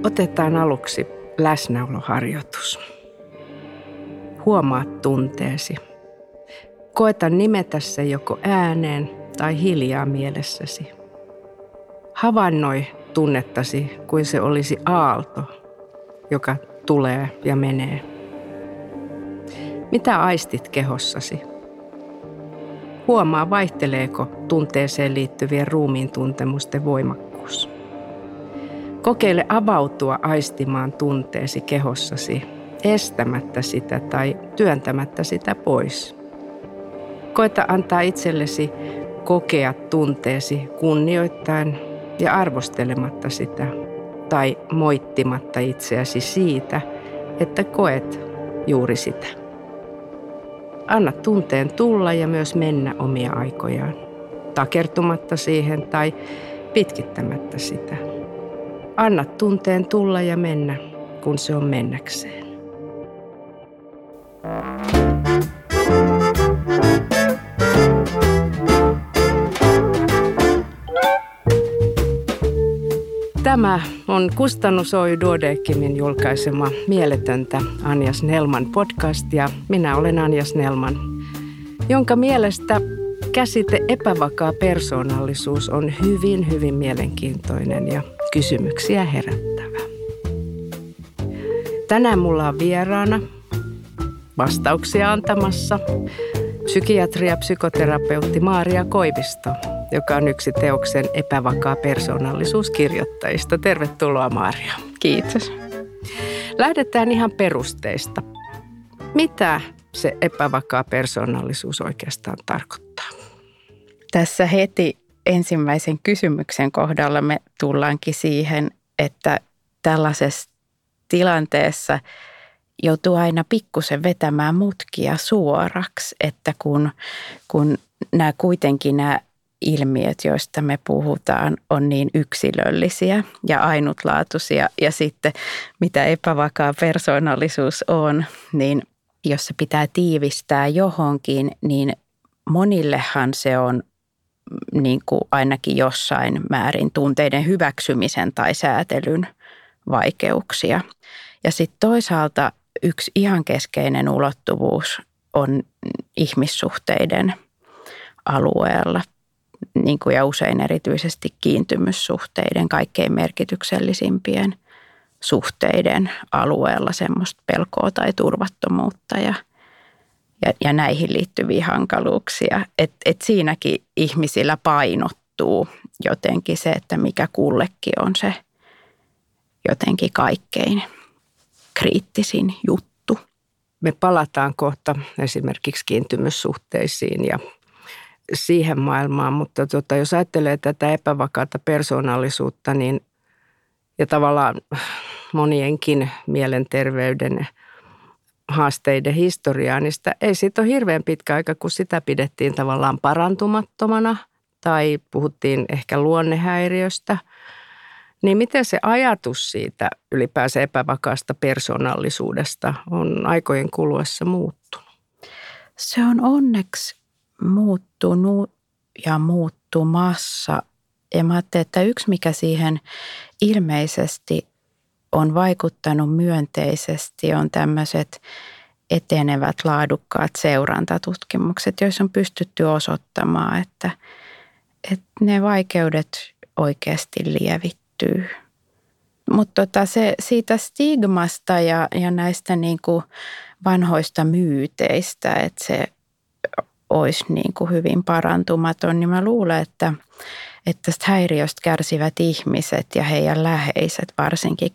Otetaan aluksi läsnäoloharjoitus. Huomaa tunteesi. Koeta nimetä se joko ääneen tai hiljaa mielessäsi. Havainnoi tunnettasi kuin se olisi aalto, joka tulee ja menee. Mitä aistit kehossasi? Huomaa, vaihteleeko tunteeseen liittyvien ruumiin tuntemusten voimakkuus. Kokeile avautua aistimaan tunteesi kehossasi, estämättä sitä tai työntämättä sitä pois. Koeta antaa itsellesi kokea tunteesi kunnioittaen ja arvostelematta sitä tai moittimatta itseäsi siitä, että koet juuri sitä. Anna tunteen tulla ja myös mennä omia aikojaan, takertumatta siihen tai pitkittämättä sitä. Anna tunteen tulla ja mennä, kun se on mennäkseen. Tämä on Kustannus Oy Duodecimin julkaisema Mieletöntä Anja Snellman podcast ja minä olen Anja Snellman, jonka mielestä käsite epävakaa persoonallisuus on hyvin mielenkiintoinen ja kysymyksiä herättävä. Tänään mulla on vieraana vastauksia antamassa psykiatri ja psykoterapeutti Maaria Koivisto, joka on yksi teoksen epävakaa persoonallisuus kirjoittajista. Tervetuloa, Maaria. Kiitos. Lähdetään ihan perusteista. Mitä se epävakaa persoonallisuus oikeastaan tarkoittaa? Tässä heti ensimmäisen kysymyksen kohdalla me tullaankin siihen, että tällaisessa tilanteessa joutuu aina pikkusen vetämään mutkia suoraksi, että kun nämä ilmiöt, joista me puhutaan, on niin yksilöllisiä ja ainutlaatuisia. Ja sitten mitä epävakaa persoonallisuus on, niin jos se pitää tiivistää johonkin, niin monillehan se on niin kuin ainakin jossain määrin tunteiden hyväksymisen tai säätelyn vaikeuksia. Ja sitten toisaalta yksi ihan keskeinen ulottuvuus on ihmissuhteiden alueella, niin kuin ja usein erityisesti kiintymyssuhteiden, kaikkein merkityksellisimpien suhteiden alueella semmoista pelkoa tai turvattomuutta ja näihin liittyviä hankaluuksia. Et siinäkin ihmisillä painottuu jotenkin se, että mikä kullekin on se jotenkin kaikkein kriittisin juttu. Me palataan kohta esimerkiksi kiintymyssuhteisiin ja siihen maailmaan, mutta jos ajattelee tätä epävakaata persoonallisuutta, niin ja tavallaan monienkin mielenterveyden haasteiden historiaa, niin ei siitä ole hirveän pitkä aika, kun sitä pidettiin tavallaan parantumattomana tai puhuttiin ehkä luonnehäiriöstä. Niin miten se ajatus siitä ylipäänsä epävakaasta persoonallisuudesta on aikojen kuluessa muuttunut? Se on onneksi muuttunut ja muuttumassa. Ja mä ajattelin, että yksi mikä siihen ilmeisesti on vaikuttanut myönteisesti on tämmöiset etenevät laadukkaat seurantatutkimukset, joissa on pystytty osoittamaan, että ne vaikeudet oikeasti lievittyy. Mutta siitä stigmasta ja näistä niin kuin vanhoista myyteistä, että se olisi niin kuin hyvin parantumaton, niin mä luulen, että tästä häiriöstä kärsivät ihmiset ja heidän läheiset varsinkin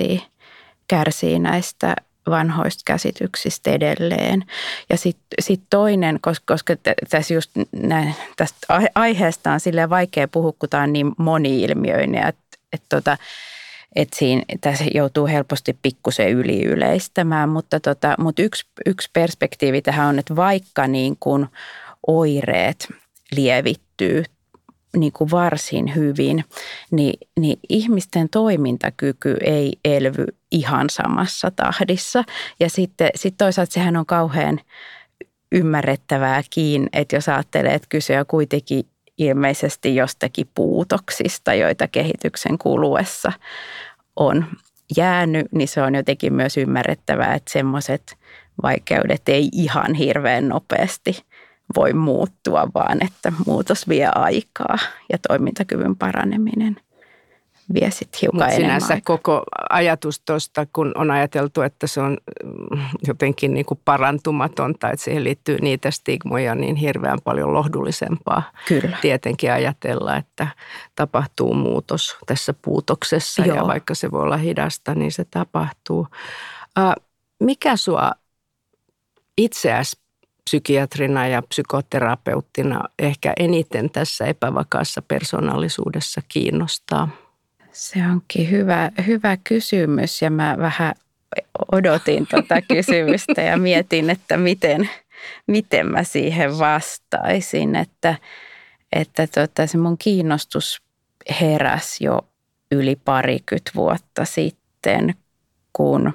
kärsii näistä vanhoista käsityksistä edelleen. Ja sit toinen, koska tässä just tästä aiheesta on silleen vaikea puhua, kun tämä on niin moni-ilmiöinen, että siinä tässä joutuu helposti pikkusen yliyleistämään, mutta yksi perspektiivi tähän on, että vaikka niin kuin oireet lievittyy niin kuin varsin hyvin, niin ihmisten toimintakyky ei elvy ihan samassa tahdissa. Ja sitten toisaalta sehän on kauhean ymmärrettävääkin, että jos ajattelee, että kyse on kuitenkin ilmeisesti jostakin puutoksista, joita kehityksen kuluessa on jäänyt, niin se on jotenkin myös ymmärrettävää, että semmoiset vaikeudet ei ihan hirveän nopeasti voi muuttua, vaan että muutos vie aikaa ja toimintakyvyn paraneminen vie sitten hiukan enemmän sinänsä aikaa. koko ajatus tuosta, kun on ajateltu, että se on jotenkin niin kuin parantumatonta, että siihen liittyy niitä stigmoja, niin hirveän paljon lohdullisempaa. Kyllä. Tietenkin ajatella, että tapahtuu muutos tässä puutoksessa. Joo. Ja vaikka se voi olla hidasta, niin se tapahtuu. Mikä sua itseäsi psykiatrina ja psykoterapeuttina ehkä eniten tässä epävakaassa persoonallisuudessa kiinnostaa? Se onkin hyvä kysymys ja mä vähän odotin tuota kysymystä ja mietin, että miten mä siihen vastaisin. Että se mun kiinnostus heräsi jo yli 20 vuotta sitten, kun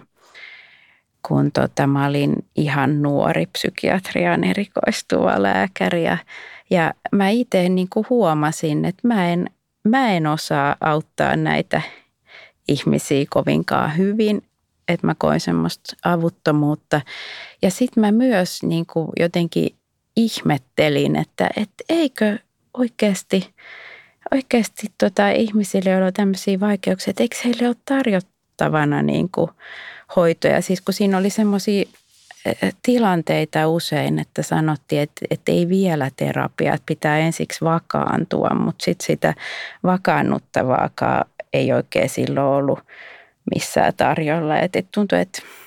mä olin ihan nuori psykiatriaan erikoistuva lääkäri. Ja mä itse niin kuin huomasin, että mä en osaa auttaa näitä ihmisiä kovinkaan hyvin, että mä koin semmoista avuttomuutta. Ja sitten mä myös niin kuin jotenkin ihmettelin, että eikö oikeasti ihmisille, joilla on tämmöisiä vaikeuksia, että eikö heille ole tarjottavana niin kuin hoitoja. Siis kun siinä oli semmoisia tilanteita usein, että sanottiin, että ei vielä terapiaa, että pitää ensiksi vakaantua, mutta sitten sitä vakaannuttavaakaan ei oikein silloin ollut missään tarjolla. Et tuntui,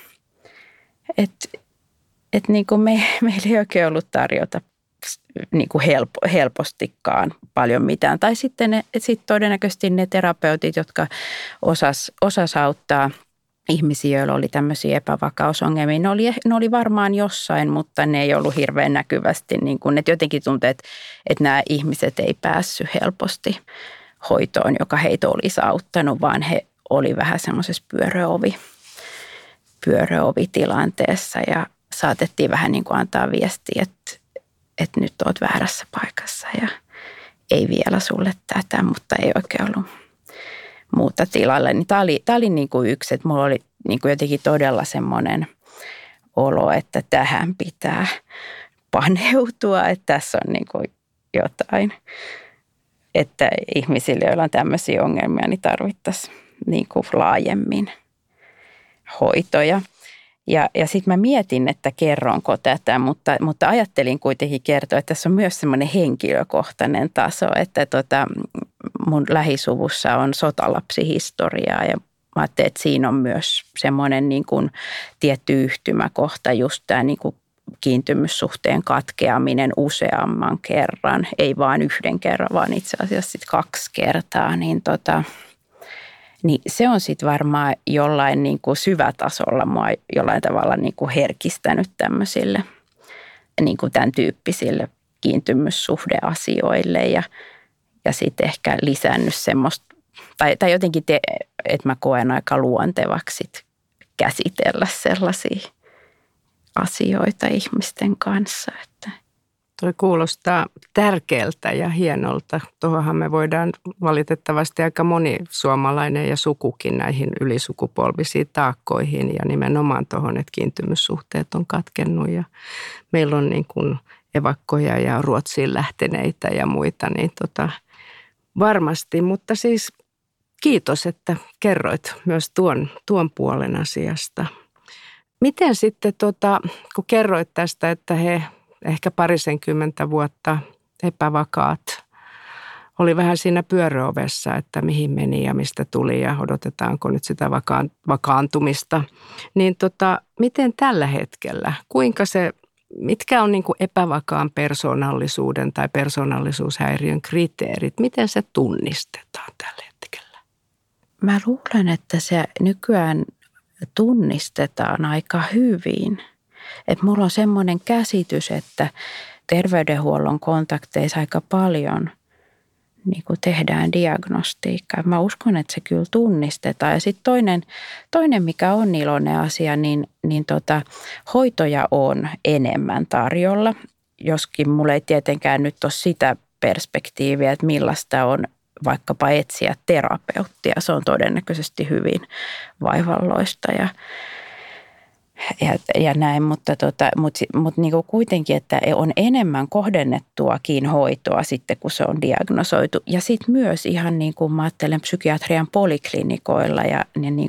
että niin kuin meillä ei oikein ollut tarjota niin kuin helpostikaan paljon mitään. Tai sitten todennäköisesti ne terapeutit, jotka osas auttaa ihmisiä, joilla oli tämmöisiä epävakausongelmia. Ne oli varmaan jossain, mutta ne ei ollut hirveän näkyvästi. Niin kuin, että jotenkin tuntui, että nämä ihmiset ei päässyt helposti hoitoon, joka heitä olisi auttanut, vaan he oli vähän semmoisessa pyöröovitilanteessa ja saatettiin vähän niin kuin antaa viestiä, että nyt olet väärässä paikassa ja ei vielä sulle tätä, mutta ei oikein ollut muuta tilalle. Niin tämä oli niin kuin yksi, että mulla oli niin kuin jotenkin todella semmoinen olo, että tähän pitää paneutua, että tässä on niin kuin jotain, että ihmisille, joilla on tämmöisiä ongelmia, niin tarvittaisiin niin kuin laajemmin hoitoja. Ja sitten mä mietin, että kerronko tätä, mutta ajattelin kuitenkin kertoa, että tässä on myös semmoinen henkilökohtainen taso, että mun lähisuvussa on sotalapsihistoriaa ja mä ajattelin, että siinä on myös semmoinen niin kuin tietty yhtymäkohta, just tämä niin kuin kiintymyssuhteen katkeaminen useamman kerran, ei vaan yhden kerran, vaan itse asiassa sitten 2 kertaa, niin se on sitten varmaan jollain niin kuin syvätasolla mua jollain tavalla niin kuin herkistänyt tämmöisille niin kuin tämän tyyppisille kiintymyssuhdeasioille ja sitten ehkä lisännyt semmoista, tai jotenkin, että mä koen aika luontevaksi käsitellä sellaisia asioita ihmisten kanssa, että Toi kuulostaa tärkeältä ja hienolta. Tuohonhan me voidaan valitettavasti aika moni suomalainen ja sukukin näihin ylisukupolvisiin taakkoihin ja nimenomaan tuohon, että kiintymyssuhteet on katkennut ja meillä on niin kuin evakkoja ja Ruotsiin lähteneitä ja muita, niin varmasti. Mutta siis kiitos, että kerroit myös tuon puolen asiasta. Miten sitten, kun kerroit tästä, että he ehkä 20 vuotta epävakaat, oli vähän siinä pyöröovessa, että mihin meni ja mistä tuli ja odotetaanko nyt sitä vakaantumista. Niin miten tällä hetkellä, mitkä on niin kuin epävakaan persoonallisuuden tai persoonallisuushäiriön kriteerit, miten se tunnistetaan tällä hetkellä? Mä luulen, että se nykyään tunnistetaan aika hyvin. Että mulla on semmoinen käsitys, että terveydenhuollon kontakteissa aika paljon niin kuin tehdään diagnostiikkaa. Mä uskon, että se kyllä tunnistetaan. Ja sitten toinen, mikä on iloinen asia, niin hoitoja on enemmän tarjolla. Joskin mulla ei tietenkään nyt ole sitä perspektiiviä, että millaista on vaikkapa etsiä terapeuttia. Se on todennäköisesti hyvin vaivalloista ja näin, mutta niin kuin kuitenkin, että on enemmän kohdennettuakin hoitoa sitten, kun se on diagnosoitu. Ja sitten myös ihan niin kuin mä ajattelen psykiatrian poliklinikoilla ja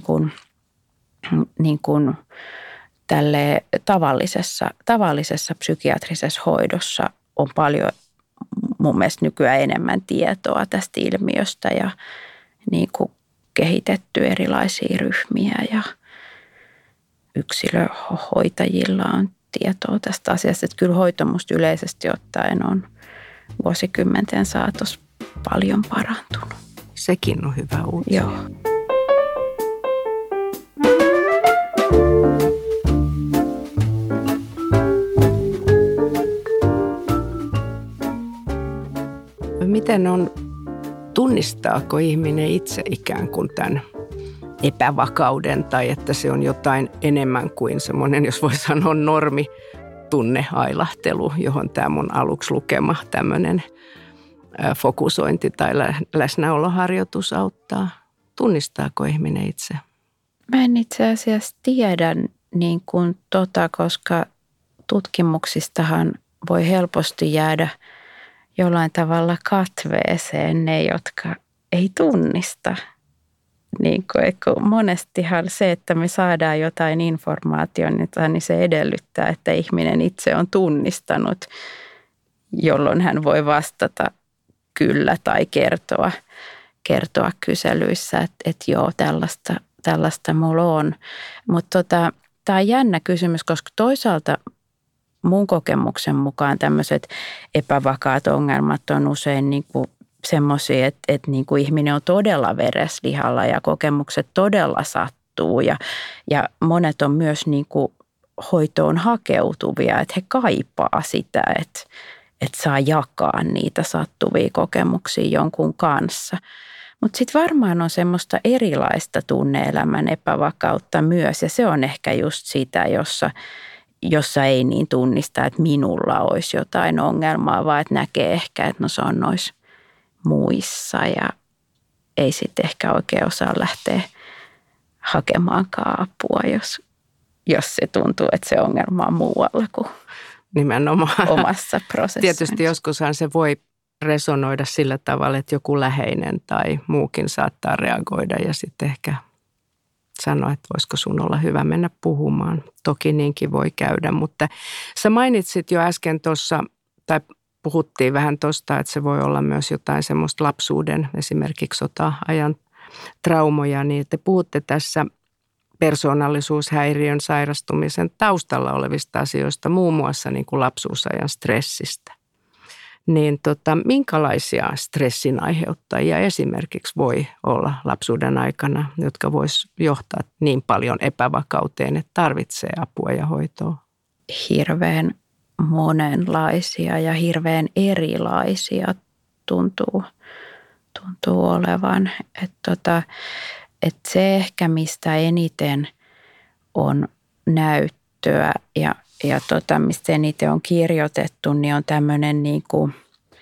niin kuin tälle tavallisessa psykiatrisessa hoidossa on paljon mun mielestä nykyään enemmän tietoa tästä ilmiöstä ja niin kuin kehitetty erilaisia ryhmiä ja yksilöhoitajilla on tietoa tästä asiasta. Että kyllä hoito musta yleisesti ottaen on vuosikymmenten saatossa paljon parantunut. Sekin on hyvä uutinen. Joo. Miten tunnistaako ihminen itse ikään kuin tämän epävakauden tai että se on jotain enemmän kuin semmoinen, jos voi sanoa normitunneailahtelu, johon tämä mun aluksi lukema tämmöinen fokusointi tai läsnäoloharjoitus auttaa? Tunnistaako ihminen itse? Mä en itse asiassa tiedä niin kuin koska tutkimuksistahan voi helposti jäädä jollain tavalla katveeseen ne, jotka ei tunnista. Niin monestihan se, että me saadaan jotain informaatiota, niin se edellyttää, että ihminen itse on tunnistanut, jolloin hän voi vastata kyllä tai kertoa kyselyissä, että joo, tällaista mulla on. Mutta tämä on jännä kysymys, koska toisaalta mun kokemuksen mukaan tämmöiset epävakaat ongelmat on usein niin kuin semmoisia, että niin kuin ihminen on todella vereslihalla ja kokemukset todella sattuu ja monet on myös niin kuin hoitoon hakeutuvia, että he kaipaa sitä, että saa jakaa niitä sattuvia kokemuksia jonkun kanssa. Mutta sitten varmaan on semmoista erilaista tunne-elämän epävakautta myös ja se on ehkä just sitä, jossa ei niin tunnista, että minulla olisi jotain ongelmaa, vaan että näkee ehkä, että no se on noissa muissa ja ei sitten ehkä oikein osaa lähteä hakemaankaan apua, jos se tuntuu, että se ongelma on muualla kuin nimenomaan omassa prosessissa. Tietysti joskushan se voi resonoida sillä tavalla, että joku läheinen tai muukin saattaa reagoida ja sitten ehkä sanoa, että voisiko sun olla hyvä mennä puhumaan. Toki niinkin voi käydä, mutta sä mainitsit jo äsken tuossa, tai puhuttiin vähän tuosta, että se voi olla myös jotain semmoista lapsuuden, esimerkiksi sota-ajan traumoja, niin te puhutte tässä persoonallisuushäiriön sairastumisen taustalla olevista asioista, muun muassa niin kuin lapsuusajan stressistä. Niin minkälaisia stressin aiheuttajia esimerkiksi voi olla lapsuuden aikana, jotka vois johtaa niin paljon epävakauteen, että tarvitsee apua ja hoitoa? Hirveän monenlaisia ja hirveän erilaisia tuntuu olevan. Että se ehkä, mistä eniten on näyttöä ja mistä eniten on kirjoitettu, niin on tämmöinen niin kuin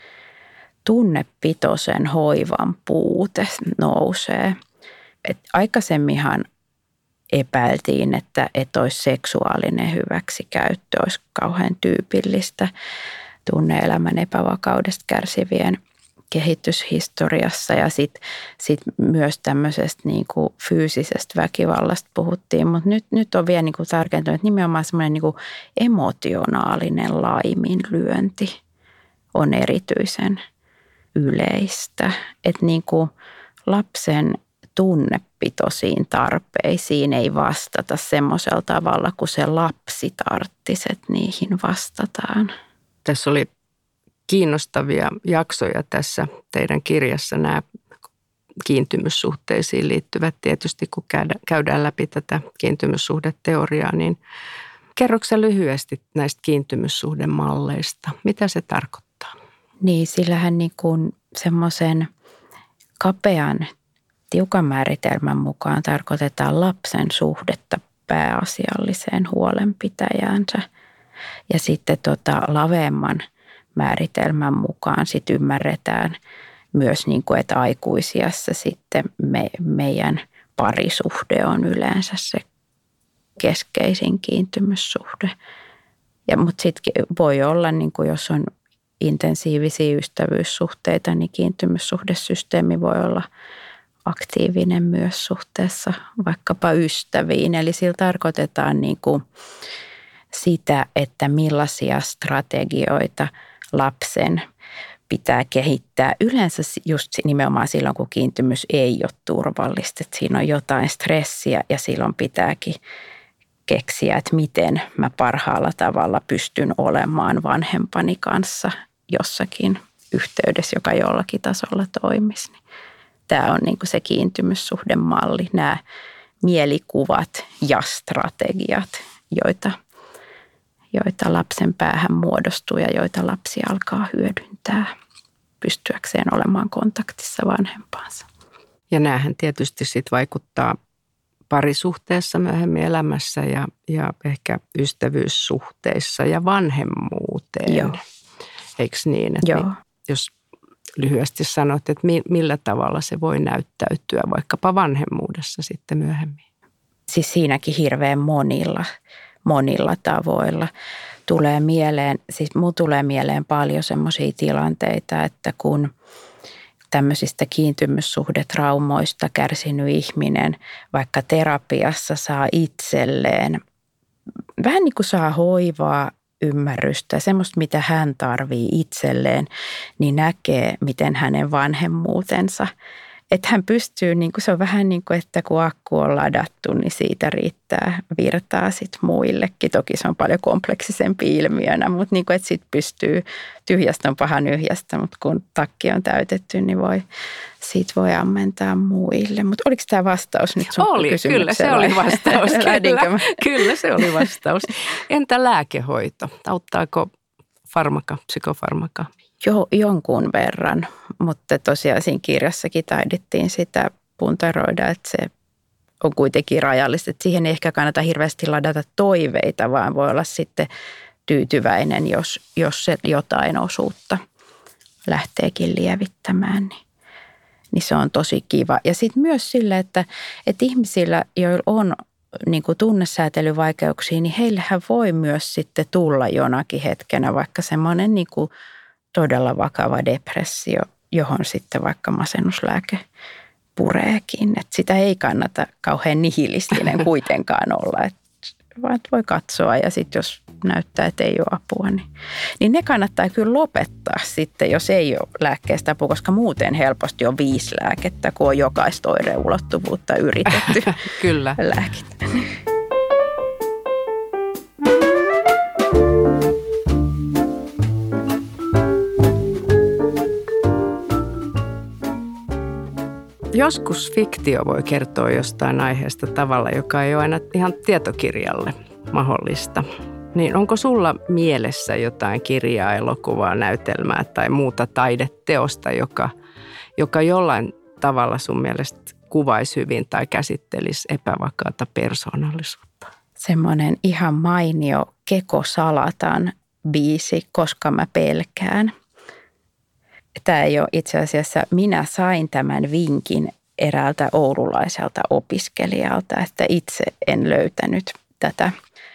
tunnepitoisen hoivan puute nousee. Et aikaisemminhan epäiltiin, että olisi seksuaalinen hyväksikäyttö, olisi kauhean tyypillistä tunne-elämän epävakaudesta kärsivien kehityshistoriassa ja sit myös tämmöisestä niin kuin fyysisestä väkivallasta puhuttiin, mutta nyt on vielä niin kuin tarkentunut, että nimenomaan semmoinen niin kuin emotionaalinen laiminlyönti on erityisen yleistä, että niin kuin lapsen tunnepitoisiin tarpeisiin ei vastata semmoisella tavalla, kuin se lapsi tarttisi, että niihin vastataan. Tässä oli kiinnostavia jaksoja tässä teidän kirjassa, nämä kiintymyssuhteisiin liittyvät tietysti, kun käydään läpi tätä kiintymyssuhdeteoriaa, niin kerroksä lyhyesti näistä kiintymyssuhdemalleista? Mitä se tarkoittaa? Niin, sillähän niin kuin semmoisen kapean, tiukan määritelmän mukaan tarkoitetaan lapsen suhdetta pääasialliseen huolenpitäjäänsä. Ja sitten laveamman määritelmän mukaan sit ymmärretään myös niin kuin, että aikuisiässä sitten meidän parisuhde on yleensä se keskeisin kiintymyssuhde. Mutta sitten voi olla, niin kuin jos on intensiivisiä ystävyyssuhteita, niin kiintymyssuhdesysteemi voi olla aktiivinen myös suhteessa vaikkapa ystäviin. Eli sillä tarkoitetaan niin kuin sitä, että millaisia strategioita lapsen pitää kehittää. Yleensä just nimenomaan silloin, kun kiintymys ei ole turvallista. Että siinä on jotain stressiä ja silloin pitääkin keksiä, että miten mä parhaalla tavalla pystyn olemaan vanhempani kanssa jossakin yhteydessä, joka jollakin tasolla toimisi. Tämä on niin kuin se kiintymyssuhdemalli, nämä mielikuvat ja strategiat, joita lapsen päähän muodostuu ja joita lapsi alkaa hyödyntää pystyäkseen olemaan kontaktissa vanhempaansa. Ja näähän tietysti sitten vaikuttaa parisuhteessa myöhemmin elämässä ja ehkä ystävyyssuhteissa ja vanhemmuuteen. Joo. Eikö niin? Että Joo. Jos lyhyesti sanot, että millä tavalla se voi näyttäytyä vaikkapa vanhemmuudessa sitten myöhemmin? Siis siinäkin hirveän monilla tavoilla tulee mieleen, siis mun tulee mieleen paljon semmoisia tilanteita, että kun tämmöisistä kiintymyssuhdetraumoista kärsinyt ihminen vaikka terapiassa saa itselleen, vähän niin kuin saa hoivaa, ymmärrystä, semmoista mitä hän tarvii itselleen, niin näkee, miten hänen vanhemmuutensa, että hän pystyy, niin kuin se on vähän niin kuin, että kun akku on ladattu, niin siitä riittää virtaa sitten muillekin. Toki se on paljon kompleksisempi ilmiönä, mutta niin kuin, että sitten pystyy, tyhjästä on paha nyhjästä, mutta kun takki on täytetty, niin siitä voi ammentaa muille. Mutta oliko tämä vastaus nyt sun kysymykseen? Kyllä se oli vastaus. Kyllä se oli vastaus. Entä lääkehoito? Auttaako psykofarmaka? Jonkun verran, mutta tosiaan siinä kirjassakin taidettiin sitä puntaroida, että se on kuitenkin rajallista. Että siihen ei ehkä kannata hirveästi ladata toiveita, vaan voi olla sitten tyytyväinen, jos se jotain osuutta lähteekin lievittämään, niin se on tosi kiva. Ja sitten myös sille, että ihmisillä, joilla on niin kuin tunnesäätelyvaikeuksia, niin heillähän voi myös sitten tulla jonakin hetkenä vaikka semmoinen niin kuin todella vakava depressio, johon sitten vaikka masennuslääke pureekin. Että sitä ei kannata kauhean nihilistinen kuitenkaan olla, vaan voi katsoa ja sitten jos näyttää, että ei ole apua, niin ne kannattaa kyllä lopettaa sitten, jos ei ole lääkkeestä apua, koska muuten helposti on 5 lääkettä, kun on jokaista oireulottuvuutta yritetty kyllä lääkittää. Joskus fiktio voi kertoa jostain aiheesta tavalla, joka ei ole aina ihan tietokirjalle mahdollista. Niin onko sulla mielessä jotain kirjaa, elokuvaa, näytelmää tai muuta taideteosta, joka jollain tavalla sun mielestä kuvaisi hyvin tai käsittelisi epävakaata persoonallisuutta? Semmoinen ihan mainio Keko Salatan biisi, Koska mä pelkään. Tämä ei ole itse asiassa, minä sain tämän vinkin eräältä oululaiselta opiskelijalta, että itse en löytänyt tätä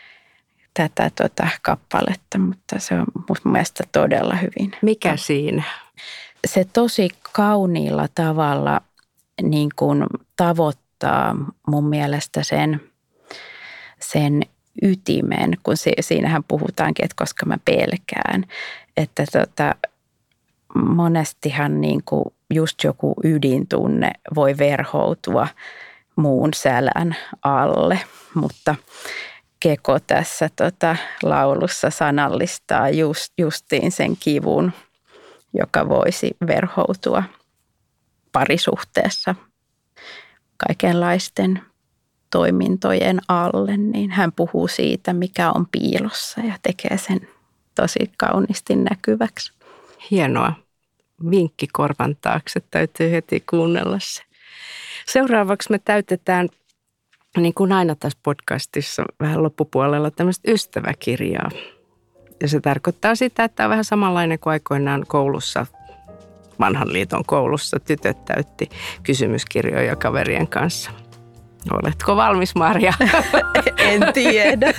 kappaletta, mutta se on mun mielestä todella hyvin. Mikä siinä? Se tosi kauniilla tavalla niin kuin tavoittaa mun mielestä sen ytimen, kun siinähän puhutaankin, että koska mä pelkään, että monestihan niin kuin just joku ydintunne voi verhoutua muun sälän alle, mutta Keko tässä laulussa sanallistaa justiin sen kivun, joka voisi verhoutua parisuhteessa kaikenlaisten toimintojen alle, niin hän puhuu siitä, mikä on piilossa ja tekee sen tosi kauniisti näkyväksi. Hienoa. Vinkki korvan taakse, täytyy heti kuunnella se. Seuraavaksi me täytetään, niin kuin aina tässä podcastissa vähän loppupuolella, tämmöistä ystäväkirjaa. Ja se tarkoittaa sitä, että on vähän samanlainen kuin aikoinaan koulussa vanhan liiton koulussa tytöt täytti kysymyskirjoja kaverien kanssa. Oletko valmis, Marja? En tiedä.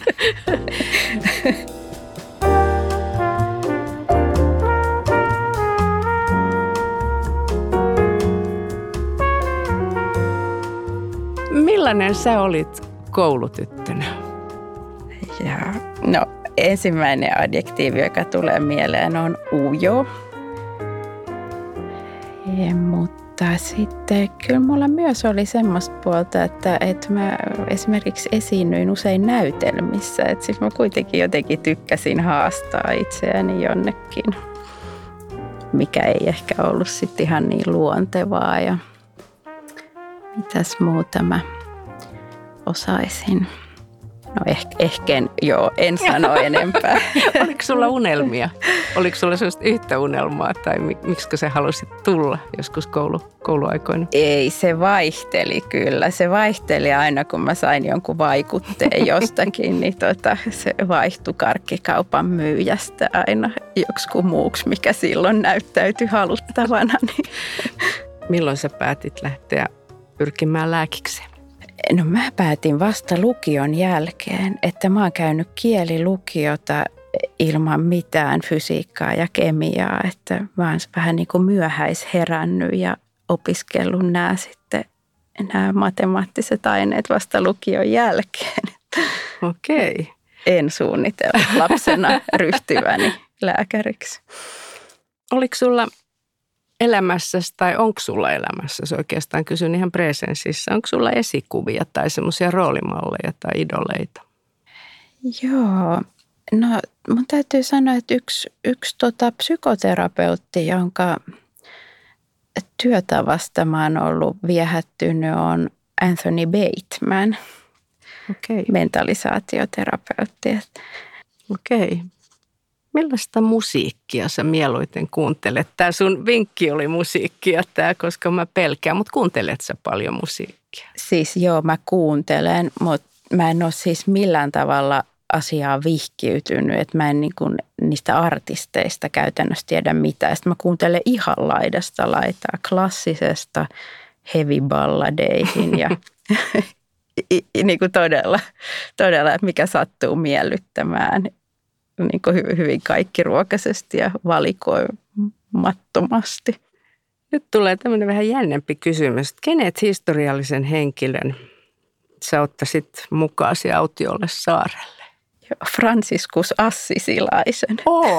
Millainen sä olit koulutyttönä? No, ensimmäinen adjektiivi, joka tulee mieleen, on ujo. Mutta sitten kyllä mulla myös oli semmoista puolta, että mä esimerkiksi esiinnyin usein näytelmissä. Että siis mä kuitenkin jotenkin tykkäsin haastaa itseäni jonnekin, mikä ei ehkä ollut sitten ihan niin luontevaa. Ja mitäs muuta mä osaisin? No en sano enempää. Oliko sulla unelmia? Oliko sulla sellaista yhtä unelmaa tai miksi sä halusit tulla joskus kouluaikoina? Ei, se vaihteli kyllä. Se vaihteli aina, kun mä sain jonkun vaikutteen jostakin, niin se vaihtui karkkikaupan myyjästä aina joksikin muuksi, mikä silloin näyttäytyi haluttavana. Milloin sä päätit lähteä pyrkimään lääkikseen? No mä päätin vasta lukion jälkeen, että mä oon käynyt kielilukiota ilman mitään fysiikkaa ja kemiaa, että mä oon vähän niin kuin myöhäisherännyt ja opiskellut nämä matemaattiset aineet vasta lukion jälkeen. Okei. En suunnitellut lapsena ryhtyväni lääkäriksi. Oliko sulla elämässäsi tai onko sulla elämässäsi, oikeastaan kysyn ihan presenssissä, onko sulla esikuvia tai semmoisia roolimalleja tai idoleita? Joo, no mun täytyy sanoa, että yksi psykoterapeutti, jonka työtavasta mä oon ollut viehättynyt, on Anthony Bateman, mentalisaatioterapeutti. Okei. Millaista musiikkia sä mieluiten kuuntelet? Tää sun vinkki oli musiikkia koska mä pelkään, mutta kuuntelet sä paljon musiikkia? Siis joo, mä kuuntelen, mutta mä en ole siis millään tavalla asiaan vihkiytynyt, että mä en niistä artisteista käytännössä tiedä mitään. Sitten mä kuuntelen ihan laidasta laitaa, klassisesta heavy balladeihin ja niin kuin todella, mikä sattuu miellyttämään. Niin kuin hyvin kaikkiruokaisesti ja valikoimattomasti. Nyt tulee tämmöinen vähän jännempi kysymys. Kenet historiallisen henkilön sä ottaisit mukaasi autiolle saarelle? Franciscus Assisilaisen.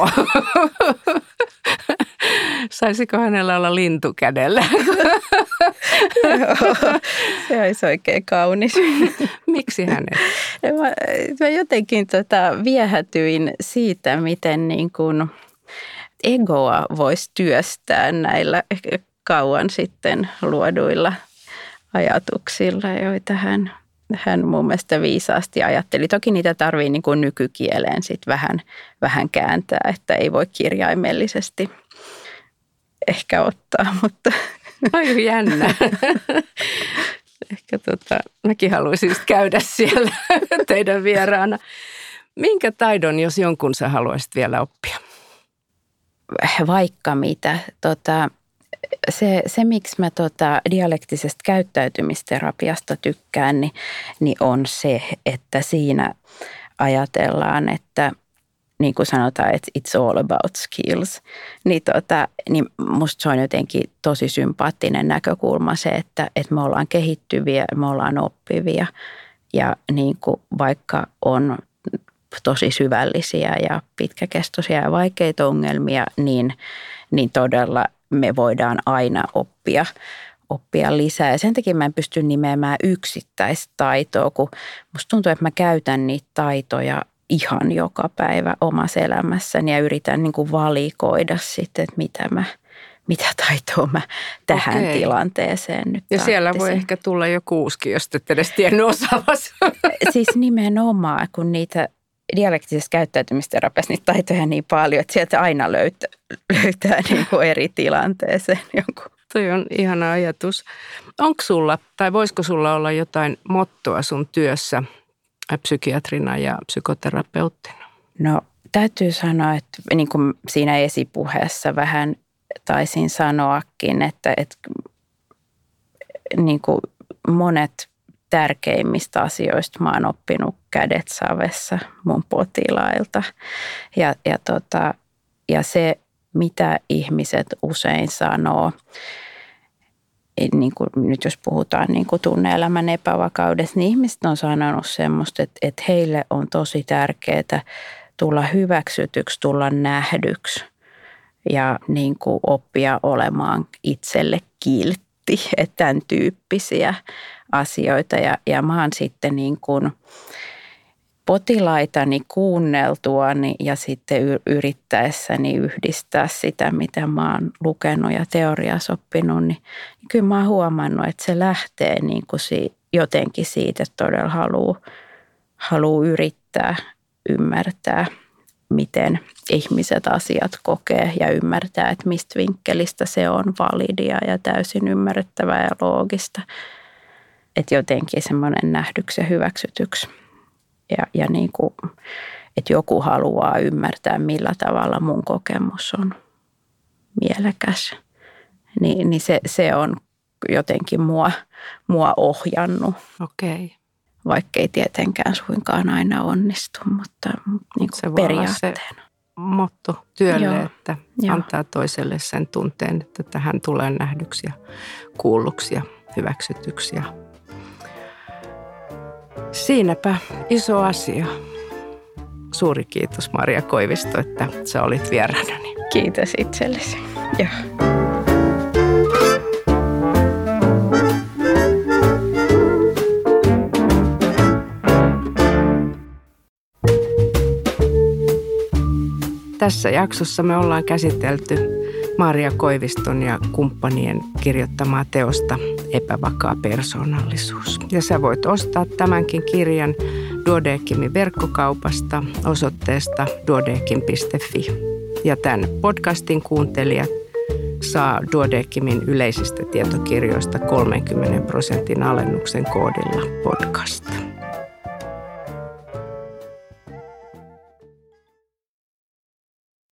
Saisiko hänellä olla lintu kädellä? Joo, se olisi oikein kaunis. Miksi hänet? Mä jotenkin viehätyin siitä, miten niin kuin egoa voisi työstää näillä kauan sitten luoduilla ajatuksilla, joita hän mun mielestä viisaasti ajatteli. Toki niitä tarvii niin kuin nykykieleen sit vähän kääntää, että ei voi kirjaimellisesti ehkä ottaa, mutta... Ai jännä. Ehkä mäkin haluaisin käydä siellä teidän vieraana. Minkä taidon, jos jonkun sä haluaisit vielä oppia? Vaikka mitä. Se miksi mä dialektisesta käyttäytymisterapiasta tykkään, niin on se, että siinä ajatellaan, että niin kuin sanotaan, että it's all about skills, niin musta se on jotenkin tosi sympaattinen näkökulma se, että me ollaan kehittyviä, me ollaan oppivia ja niin kuin vaikka on tosi syvällisiä ja pitkäkestoisia ja vaikeita ongelmia, niin todella me voidaan aina oppia lisää. Ja sen takia mä en pysty nimeämään yksittäistä taitoa, kun musta tuntuu, että mä käytän niitä taitoja ihan joka päivä omassa elämässäni ja yritän niin kuin valikoida sitten, että mitä taitoa mä tähän tilanteeseen nyt ja siellä voi ehkä tulla jo 6, jos et edes tiennyt osaavasi. Siis nimenomaan, kun niitä dialektisessa käyttäytymisterapiassa niitä taitoja niin paljon, että sieltä aina löytää niin kuin eri tilanteeseen jonkun. Toi on ihana ajatus. Onko sulla, tai voisiko sulla olla jotain mottoa sun työssä psykiatrina ja psykoterapeuttina? No täytyy sanoa, että niin kuin siinä esipuheessa vähän taisin sanoakin, että niin kuin monet tärkeimmistä asioista mä oon oppinut kädet savessa mun potilailta. Ja se, mitä ihmiset usein sanoo, niin kuin nyt jos puhutaan niin kuin tunne-elämän epävakaudesta, niin ihmiset on sanonut semmoista, että heille on tosi tärkeää tulla hyväksytyksi, tulla nähdyksi ja niin kuin oppia olemaan itselle kiltti, että tämän tyyppisiä asioita. Ja mä oon sitten niin kuin potilaitani kuunneltuani ja sitten yrittäessäni yhdistää sitä, mitä mä oon lukenut ja teoriassa oppinut, niin kyllä mä oon huomannut, että se lähtee niin kuin jotenkin siitä, että todella haluaa yrittää ymmärtää, miten ihmiset asiat kokee ja ymmärtää, että mistä vinkkelistä se on validia ja täysin ymmärrettävää ja loogista. Että jotenkin semmoinen nähdyksi ja hyväksytyksi. Ja niin kuin, että joku haluaa ymmärtää, millä tavalla mun kokemus on mielekäs. Niin se on jotenkin mua ohjannut. Okei. Vaikka ei tietenkään suinkaan aina onnistu, mutta niin kuin periaatteena. Motto työlle, että antaa toiselle sen tunteen, että tähän tulee nähdyksi ja kuulluksi ja hyväksytyksi. Siinäpä iso asia. Suuri kiitos Maria Koivisto, että sä olit vieraanani. Kiitos itsellesi. Joo. Tässä jaksossa me ollaan käsitelty Maria Koiviston ja kumppanien kirjoittamaa teosta Epävakaa persoonallisuus. Ja sä voit ostaa tämänkin kirjan Duodecimin verkkokaupasta osoitteesta duodecim.fi. Ja tämän podcastin kuuntelijat saa Duodecimin yleisistä tietokirjoista 30% alennuksen koodilla podcast.